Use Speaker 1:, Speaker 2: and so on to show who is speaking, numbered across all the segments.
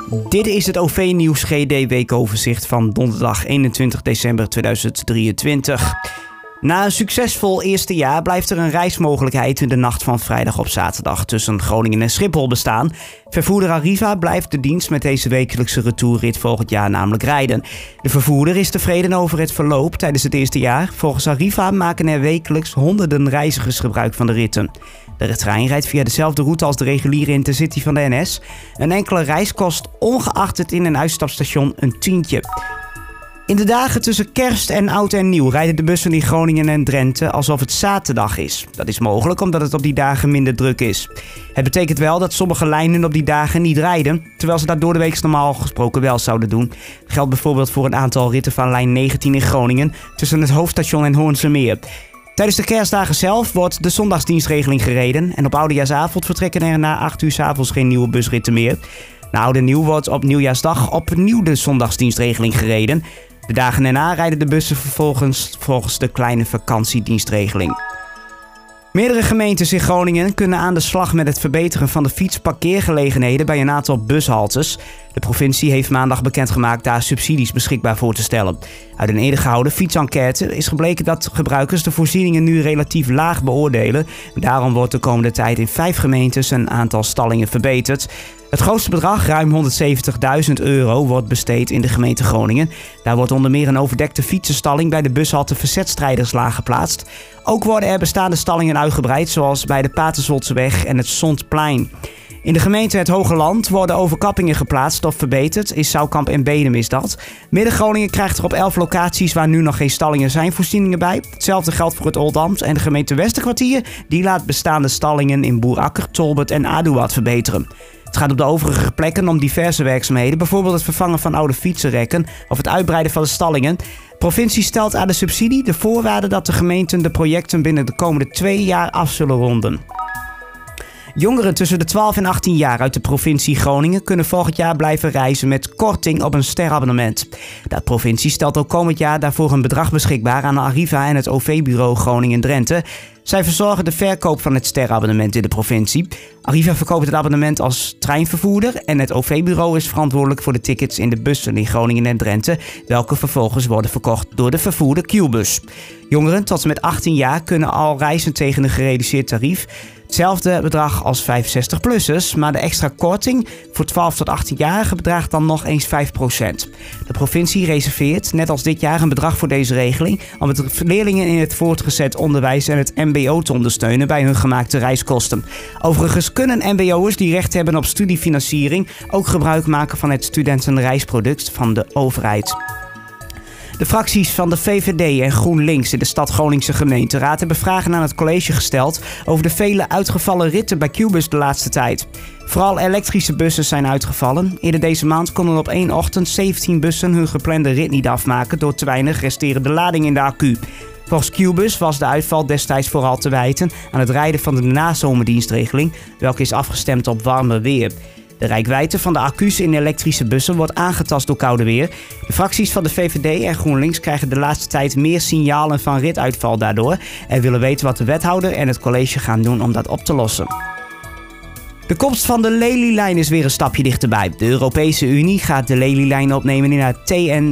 Speaker 1: Dit is het OV-nieuws GD weekoverzicht van donderdag 21 december 2023. Na een succesvol eerste jaar blijft er een reismogelijkheid in de nacht van vrijdag op zaterdag tussen Groningen en Schiphol bestaan. Vervoerder Arriva blijft de dienst met deze wekelijkse retourrit volgend jaar namelijk rijden. De vervoerder is tevreden over het verloop tijdens het eerste jaar. Volgens Arriva maken er wekelijks honderden reizigers gebruik van de ritten. De trein rijdt via dezelfde route als de reguliere Intercity van de NS. Een enkele reis kost ongeacht het in- en uitstapstation een tientje. In de dagen tussen kerst en oud en nieuw rijden de bussen in Groningen en Drenthe alsof het zaterdag is. Dat is mogelijk omdat het op die dagen minder druk is. Het betekent wel dat sommige lijnen op die dagen niet rijden, terwijl ze dat door de week normaal gesproken wel zouden doen. Dat geldt bijvoorbeeld voor een aantal ritten van lijn 19 in Groningen tussen het hoofdstation en Hoornsemeer. Tijdens de kerstdagen zelf wordt de zondagsdienstregeling gereden en op oudejaarsavond vertrekken er na 8 uur 's avonds geen nieuwe busritten meer. Na oud en nieuw wordt op nieuwjaarsdag opnieuw de zondagsdienstregeling gereden. De dagen erna rijden de bussen vervolgens volgens de kleine vakantiedienstregeling. Meerdere gemeentes in Groningen kunnen aan de slag met het verbeteren van de fietsparkeergelegenheden bij een aantal bushaltes. De provincie heeft maandag bekendgemaakt daar subsidies beschikbaar voor te stellen. Uit een eerder gehouden fietsenquête is gebleken dat gebruikers de voorzieningen nu relatief laag beoordelen. Daarom wordt de komende tijd in 5 gemeentes een aantal stallingen verbeterd. Het grootste bedrag, ruim €170.000, wordt besteed in de gemeente Groningen. Daar wordt onder meer een overdekte fietsenstalling bij de bushalte Verzetstrijderslaag geplaatst. Ook worden er bestaande stallingen uitgebreid, zoals bij de Paterswoldseweg en het Sontplein. In de gemeente Het Hogeland worden overkappingen geplaatst of verbeterd. In Zoukamp en Bedum is dat. Midden-Groningen krijgt er op 11 locaties waar nu nog geen stallingen zijn voorzieningen bij. Hetzelfde geldt voor het Oldambt en de gemeente Westerkwartier. Die laat bestaande stallingen in Boerakker, Tolbert en Aduard verbeteren. Het gaat op de overige plekken om diverse werkzaamheden, bijvoorbeeld het vervangen van oude fietsenrekken of het uitbreiden van de stallingen. De provincie stelt aan de subsidie de voorwaarde dat de gemeenten de projecten binnen de komende 2 jaar af zullen ronden. Jongeren tussen de 12 en 18 jaar uit de provincie Groningen kunnen volgend jaar blijven reizen met korting op een sterabonnement. De provincie stelt ook komend jaar daarvoor een bedrag beschikbaar aan Arriva en het OV-bureau Groningen-Drenthe. Zij verzorgen de verkoop van het sterabonnement in de provincie. Arriva verkoopt het abonnement als treinvervoerder en het OV-bureau is verantwoordelijk voor de tickets in de bussen in Groningen en Drenthe, welke vervolgens worden verkocht door de vervoerder Qbus. Jongeren tot en met 18 jaar kunnen al reizen tegen een gereduceerd tarief. Hetzelfde bedrag als 65-plussers, maar de extra korting voor 12 tot 18-jarigen bedraagt dan nog eens 5%. De provincie reserveert, net als dit jaar, een bedrag voor deze regeling om het leerlingen in het voortgezet onderwijs en het mbo te ondersteunen bij hun gemaakte reiskosten. Overigens kunnen mbo'ers die recht hebben op studiefinanciering ook gebruik maken van het studentenreisproduct van de overheid. De fracties van de VVD en GroenLinks in de Stad Groningse gemeenteraad hebben vragen aan het college gesteld over de vele uitgevallen ritten bij Qbus de laatste tijd. Vooral elektrische bussen zijn uitgevallen. Eerder deze maand konden op 1 ochtend 17 bussen hun geplande rit niet afmaken door te weinig resterende lading in de accu. Volgens Qbus was de uitval destijds vooral te wijten aan het rijden van de nazomerdienstregeling, welke is afgestemd op warmer weer. De reikwijdte van de accu's in elektrische bussen wordt aangetast door koude weer. De fracties van de VVD en GroenLinks krijgen de laatste tijd meer signalen van rituitval daardoor en willen weten wat de wethouder en het college gaan doen om dat op te lossen. De komst van de Lelylijn is weer een stapje dichterbij. De Europese Unie gaat de Lelylijn opnemen in haar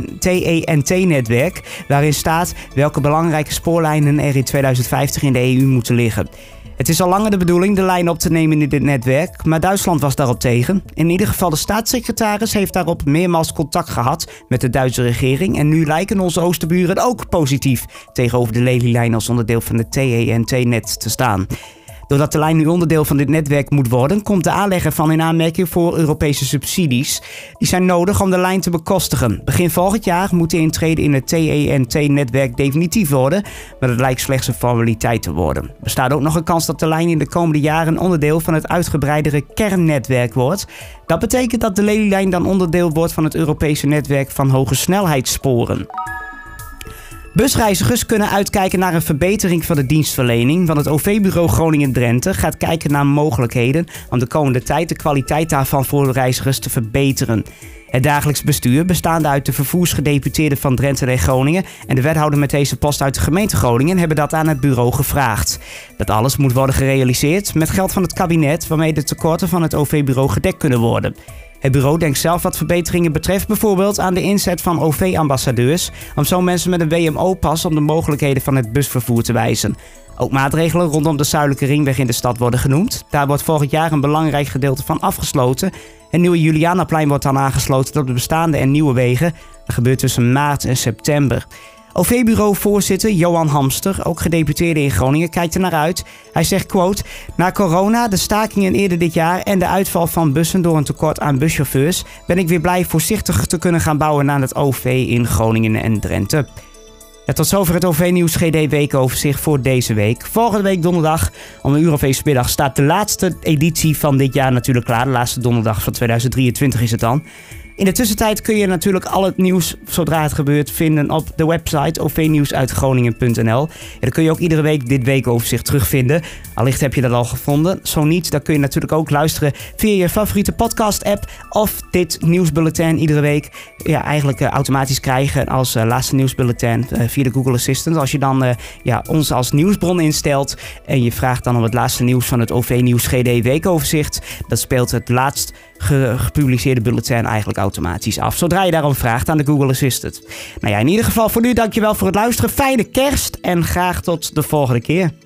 Speaker 1: TEN-T-netwerk, waarin staat welke belangrijke spoorlijnen er in 2050 in de EU moeten liggen. Het is al langer de bedoeling de lijn op te nemen in dit netwerk, maar Duitsland was daarop tegen. In ieder geval de staatssecretaris heeft daarop meermaals contact gehad met de Duitse regering en nu lijken onze oosterburen ook positief tegenover de Lelylijn als onderdeel van het TEN-T-net te staan. Doordat de lijn nu onderdeel van dit netwerk moet worden, komt de aanleg ervan in aanmerking voor Europese subsidies. Die zijn nodig om de lijn te bekostigen. Begin volgend jaar moet de intrede in het TEN-T-netwerk definitief worden, maar dat lijkt slechts een formaliteit te worden. Er bestaat ook nog een kans dat de lijn in de komende jaren onderdeel van het uitgebreidere kernnetwerk wordt. Dat betekent dat de Lelylijn dan onderdeel wordt van het Europese netwerk van hoge snelheidssporen. Busreizigers kunnen uitkijken naar een verbetering van de dienstverlening, want het OV-bureau Groningen-Drenthe gaat kijken naar mogelijkheden om de komende tijd de kwaliteit daarvan voor de reizigers te verbeteren. Het dagelijks bestuur, bestaande uit de vervoersgedeputeerden van Drenthe en Groningen en de wethouder met deze post uit de gemeente Groningen, hebben dat aan het bureau gevraagd. Dat alles moet worden gerealiseerd met geld van het kabinet, waarmee de tekorten van het OV-bureau gedekt kunnen worden. Het bureau denkt zelf wat verbeteringen betreft bijvoorbeeld aan de inzet van OV-ambassadeurs, om zo mensen met een WMO-pas om de mogelijkheden van het busvervoer te wijzen. Ook maatregelen rondom de Zuidelijke Ringweg in de stad worden genoemd. Daar wordt volgend jaar een belangrijk gedeelte van afgesloten. Het nieuwe Julianaplein wordt dan aangesloten tot de bestaande en nieuwe wegen. Dat gebeurt tussen maart en september. OV-bureau-voorzitter Johan Hamster, ook gedeputeerde in Groningen, kijkt er naar uit. Hij zegt, quote, na corona, de stakingen eerder dit jaar en de uitval van bussen door een tekort aan buschauffeurs, ben ik weer blij voorzichtig te kunnen gaan bouwen aan het OV in Groningen en Drenthe. Ja, tot zover het OV-nieuws GD weekoverzicht voor deze week. Volgende week donderdag om 1 uur of 1 middag staat de laatste editie van dit jaar natuurlijk klaar. De laatste donderdag van 2023 is het dan. In de tussentijd kun je natuurlijk al het nieuws, zodra het gebeurt, vinden op de website ovnieuwsuitgroningen.nl. En dan kun je ook iedere week dit weekoverzicht terugvinden. Allicht heb je dat al gevonden. Zo niet, dan kun je natuurlijk ook luisteren via je favoriete podcast-app of dit nieuwsbulletin iedere week eigenlijk automatisch krijgen als laatste nieuwsbulletin via de Google Assistant. Als je dan ons als nieuwsbron instelt en je vraagt dan om het laatste nieuws van het OV-nieuws GD weekoverzicht, dat speelt het laatst gepubliceerde bulletin eigenlijk automatisch af, zodra je daarom vraagt aan de Google Assistant. Nou ja, in ieder geval voor nu dankjewel voor het luisteren. Fijne kerst en graag tot de volgende keer.